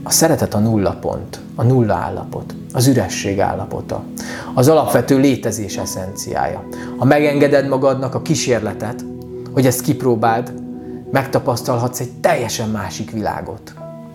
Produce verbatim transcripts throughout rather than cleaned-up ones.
A szeretet a nulla pont, a nulla állapot, az üresség állapota, az alapvető létezés eszenciája. Ha megengeded magadnak a kísérletet, hogy ezt kipróbáld, megtapasztalhatsz egy teljesen másik világot.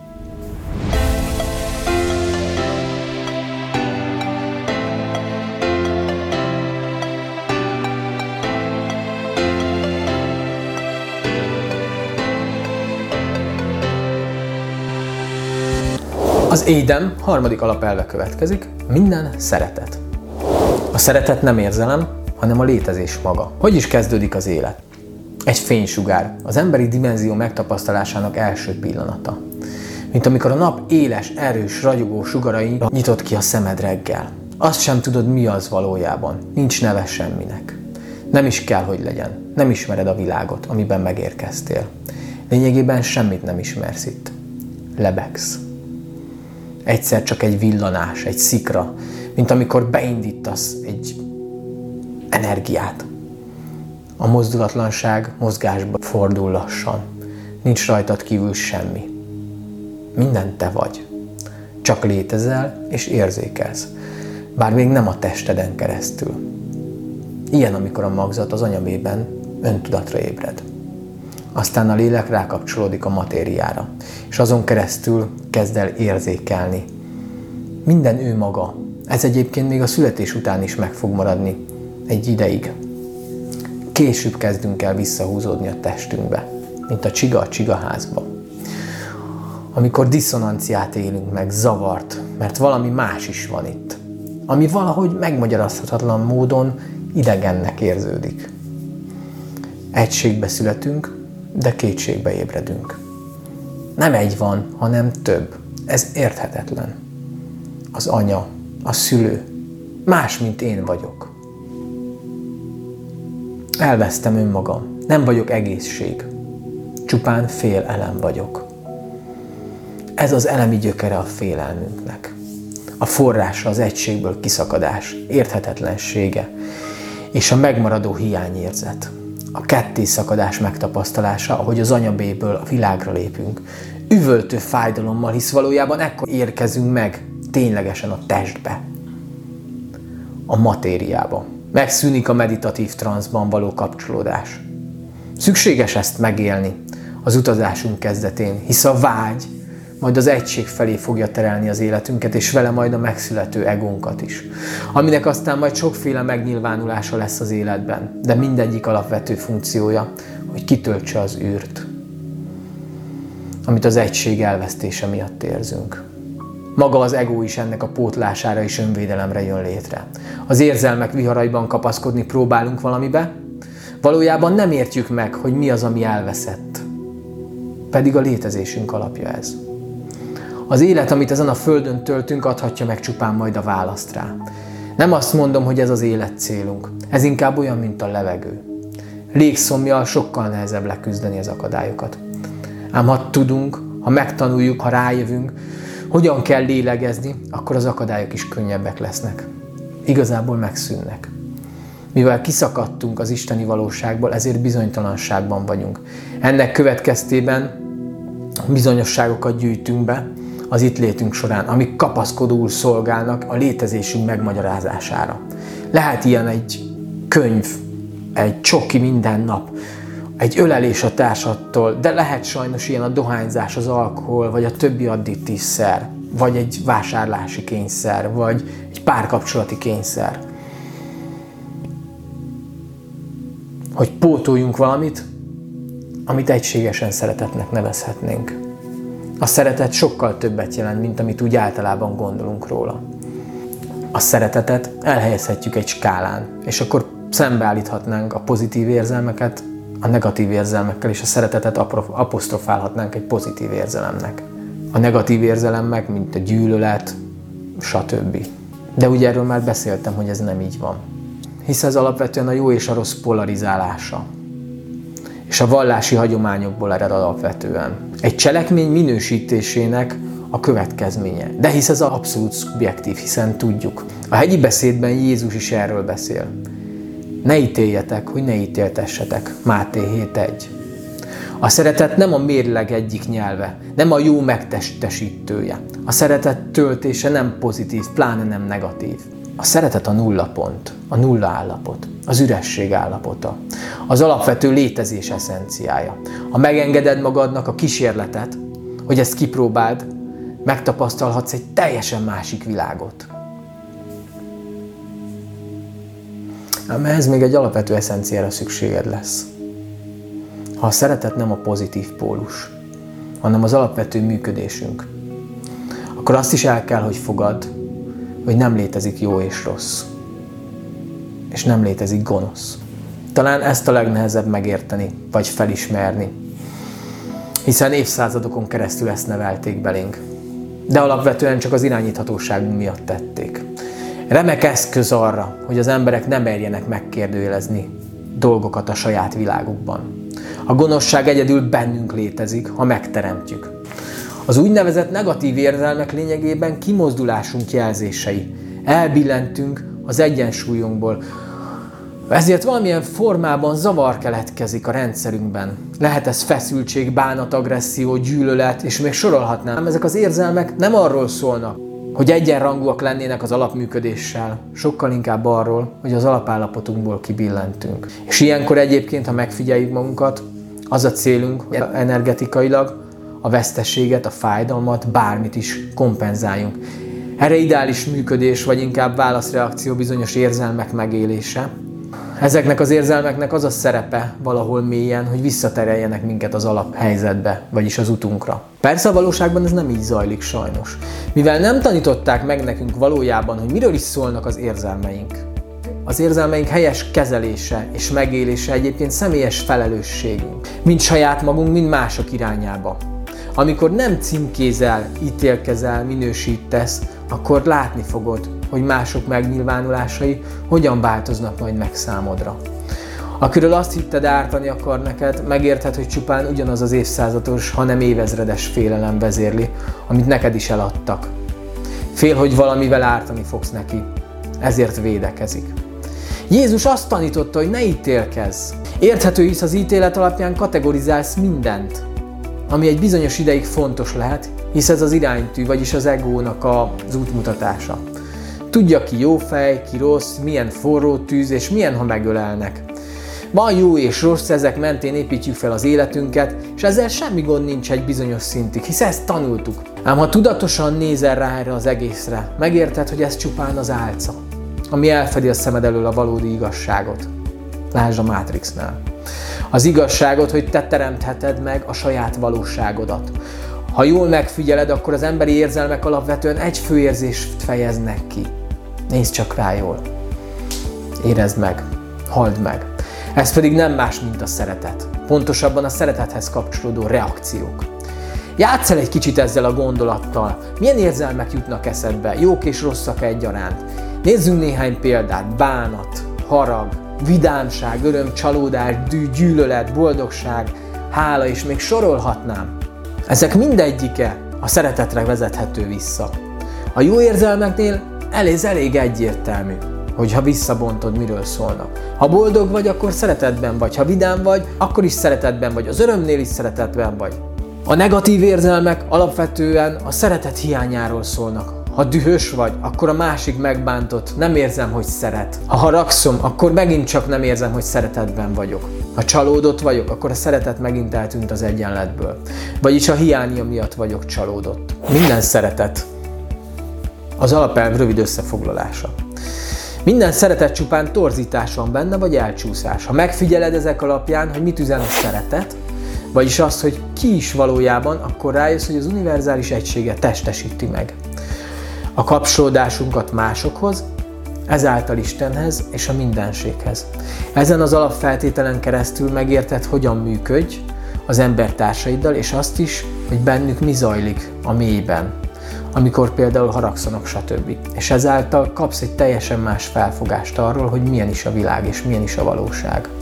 Az Éden harmadik alapelve következik, minden szeretet. A szeretet nem érzelem, hanem a létezés maga. Hogy is kezdődik az élet? Egy fénysugár, az emberi dimenzió megtapasztalásának első pillanata. Mint amikor a nap éles, erős, ragyogó sugarai nyitott ki a szemed reggel. Azt sem tudod, mi az valójában, nincs neve semminek. Nem is kell, hogy legyen, nem ismered a világot, amiben megérkeztél. Lényegében semmit nem ismersz itt. Lebegsz. Egyszer csak egy villanás, egy szikra, mint amikor beindítasz egy energiát. A mozdulatlanság mozgásba fordul lassan. Nincs rajtad kívül semmi. Minden te vagy. Csak létezel és érzékelsz, bár még nem a testeden keresztül. Ilyen, amikor a magzat az anyamében öntudatra ébred. Aztán a lélek rákapcsolódik a matériára, és azon keresztül kezd el érzékelni. Minden ő maga. Ez egyébként még a születés után is meg fog maradni egy ideig. Később kezdünk el visszahúzódni a testünkbe, mint a csiga a csigaházba. Amikor diszonanciát élünk meg, zavart, mert valami más is van itt, ami valahogy megmagyarázhatatlan módon idegennek érződik. Egységbe születünk, de kétségbe ébredünk. Nem egy van, hanem több. Ez érthetetlen. Az anya, a szülő, más, mint én vagyok. Elvesztem önmagam. Nem vagyok egészség. Csupán fél elem vagyok. Ez az elemi gyökere a félelmünknek. A forrása az egységből kiszakadás, érthetetlensége és a megmaradó hiányérzet. A kettészakadás megtapasztalása, ahogy az anyabéből a világra lépünk. Üvöltő fájdalommal, hisz valójában ekkor érkezünk meg ténylegesen a testbe, a matériába. Megszűnik a meditatív transzban való kapcsolódás. Szükséges ezt megélni az utazásunk kezdetén, hisz a vágy majd az egység felé fogja terelni az életünket, és vele majd a megszülető egónkat is, aminek aztán majd sokféle megnyilvánulása lesz az életben, de mindegyik alapvető funkciója, hogy kitöltse az űrt, amit az egység elvesztése miatt érzünk. Maga az ego is ennek a pótlására és önvédelemre jön létre. Az érzelmek viharaiban kapaszkodni próbálunk valamibe, valójában nem értjük meg, hogy mi az, ami elveszett. Pedig a létezésünk alapja ez. Az élet, amit ezen a földön töltünk, adhatja meg csupán majd a választ rá. Nem azt mondom, hogy ez az élet célunk. Ez inkább olyan, mint a levegő. Légszomjjal sokkal nehezebb leküzdeni az akadályokat. Ám ha tudunk, ha megtanuljuk, ha rájövünk, hogyan kell lélegezni, akkor az akadályok is könnyebbek lesznek. Igazából megszűnnek. Mivel kiszakadtunk az isteni valóságból, ezért bizonytalanságban vagyunk. Ennek következtében bizonyosságokat gyűjtünk be az itt létünk során, amik kapaszkodóul szolgálnak a létezésünk megmagyarázására. Lehet ilyen egy könyv, egy csoki minden nap, egy ölelés a társattól, de lehet sajnos ilyen a dohányzás, az alkohol, vagy a többi addiktív szer, vagy egy vásárlási kényszer, vagy egy párkapcsolati kényszer. Hogy pótoljunk valamit, amit egységesen szeretetnek nevezhetnénk. A szeretet sokkal többet jelent, mint amit úgy általában gondolunk róla. A szeretetet elhelyezhetjük egy skálán, és akkor szembeállíthatnánk a pozitív érzelmeket a negatív érzelmekkel, és a szeretetet apostrofálhatnánk egy pozitív érzelemnek. A negatív érzelem meg, mint a gyűlölet, stb. De ugye erről már beszéltem, hogy ez nem így van. Hisz ez alapvetően a jó és a rossz polarizálása. És a vallási hagyományokból ered alapvetően. Egy cselekmény minősítésének a következménye. De hisz ez abszolút szubjektív, hiszen tudjuk. A hegyi beszédben Jézus is erről beszél. Ne ítéljetek, hogy ne ítéltessetek. Máté hét egy. A szeretet nem a mérleg egyik nyelve, nem a jó megtestesítője. A szeretet töltése nem pozitív, pláne nem negatív. A szeretet a nulla pont, a nulla állapot, az üresség állapota, az alapvető létezés eszenciája. Ha megengeded magadnak a kísérletet, hogy ezt kipróbáld, megtapasztalhatsz egy teljesen másik világot. Ám ehhez még egy alapvető eszenciára szükséged lesz. Ha a szeretet nem a pozitív pólus, hanem az alapvető működésünk, akkor azt is el kell, hogy fogadd, hogy nem létezik jó és rossz. És nem létezik gonosz. Talán ezt a legnehezebb megérteni, vagy felismerni. Hiszen évszázadokon keresztül ezt nevelték belénk. De alapvetően csak az irányíthatóságunk miatt tették. Remek eszköz arra, hogy az emberek ne merjenek megkérdőjelezni dolgokat a saját világukban. A gonoszság egyedül bennünk létezik, ha megteremtjük. Az úgynevezett negatív érzelmek lényegében kimozdulásunk jelzései. Elbillentünk az egyensúlyunkból. Ezért valamilyen formában zavar keletkezik a rendszerünkben. Lehet ez feszültség, bánat, agresszió, gyűlölet, és még sorolhatnám. Ezek az érzelmek nem arról szólnak, hogy egyenrangúak lennének az alapműködéssel, sokkal inkább arról, hogy az alapállapotunkból kibillentünk. És ilyenkor egyébként, ha megfigyeljük magunkat, az a célunk, hogy energetikailag a veszteséget, a fájdalmat, bármit is kompenzáljunk. Erre ideális működés, vagy inkább válaszreakció bizonyos érzelmek megélése. Ezeknek az érzelmeknek az a szerepe valahol mélyen, hogy visszatereljenek minket az alaphelyzetbe, vagyis az utunkra. Persze a valóságban ez nem így zajlik sajnos. Mivel nem tanították meg nekünk valójában, hogy miről is szólnak az érzelmeink. Az érzelmeink helyes kezelése és megélése egyébként személyes felelősségünk. Mind saját magunk, mind mások irányába. Amikor nem címkézel, ítélkezel, minősítesz, akkor látni fogod, hogy mások megnyilvánulásai hogyan változnak majd meg számodra. Akiről azt hitted ártani akar neked, megérthet, hogy csupán ugyanaz az évszázados, hanem évezredes félelem vezérli, amit neked is eladtak. Fél, hogy valamivel ártani fogsz neki, ezért védekezik. Jézus azt tanította, hogy ne ítélkezz. Érthető, hisz az ítélet alapján kategorizálsz mindent, ami egy bizonyos ideig fontos lehet, hisz ez az iránytű, vagyis az egónak az útmutatása. Tudja ki jó fej, ki rossz, milyen forró tűz, és milyen, ha megölelnek. Van jó és rossz, ezek mentén építjük fel az életünket, és ezzel semmi gond nincs egy bizonyos szintig, hisz ezt tanultuk. Ám ha tudatosan nézel rá erre az egészre, megérted, hogy ez csupán az álca, ami elfedi a szemed elől a valódi igazságot. Lásd a Matrixnál. Az igazságot, hogy te teremtheted meg a saját valóságodat. Ha jól megfigyeled, akkor az emberi érzelmek alapvetően egy fő érzést fejeznek ki. Nézd csak rá jól. Érezd meg, halld meg. Ez pedig nem más, mint a szeretet. Pontosabban a szeretethez kapcsolódó reakciók. Játsz el egy kicsit ezzel a gondolattal. Milyen érzelmek jutnak eszedbe, jók és rosszak egyaránt? Nézzünk néhány példát. Bánat, harag, vidámság, öröm, csalódás, dű, gyűlölet, boldogság, hála, és még sorolhatnám. Ezek mindegyike a szeretetre vezethető vissza. A jó érzelmeknél elég, elég egyértelmű, hogyha visszabontod, miről szólnak. Ha boldog vagy, akkor szeretetben vagy. Ha vidám vagy, akkor is szeretetben vagy. Az örömnél is szeretetben vagy. A negatív érzelmek alapvetően a szeretet hiányáról szólnak. Ha dühös vagy, akkor a másik megbántott, nem érzem, hogy szeret. Ha haragszom, akkor megint csak nem érzem, hogy szeretetben vagyok. Ha csalódott vagyok, akkor a szeretet megint eltűnt az egyenletből. Vagyis a hiánya miatt vagyok csalódott. Minden szeretet az alapelv rövid összefoglalása. Minden szeretet csupán torzítás van benne, vagy elcsúszás. Ha megfigyeled ezek alapján, hogy mit üzen a szeretet, vagyis azt, hogy ki is valójában, akkor rájössz, hogy az univerzális egységet testesíti meg a kapcsolódásunkat másokhoz, ezáltal Istenhez és a mindenséghez. Ezen az alapfeltételen keresztül megérted, hogyan működj az embertársaiddal, és azt is, hogy bennük mi zajlik a mélyben, amikor például haragszanak, stb. És ezáltal kapsz egy teljesen más felfogást arról, hogy milyen is a világ és milyen is a valóság.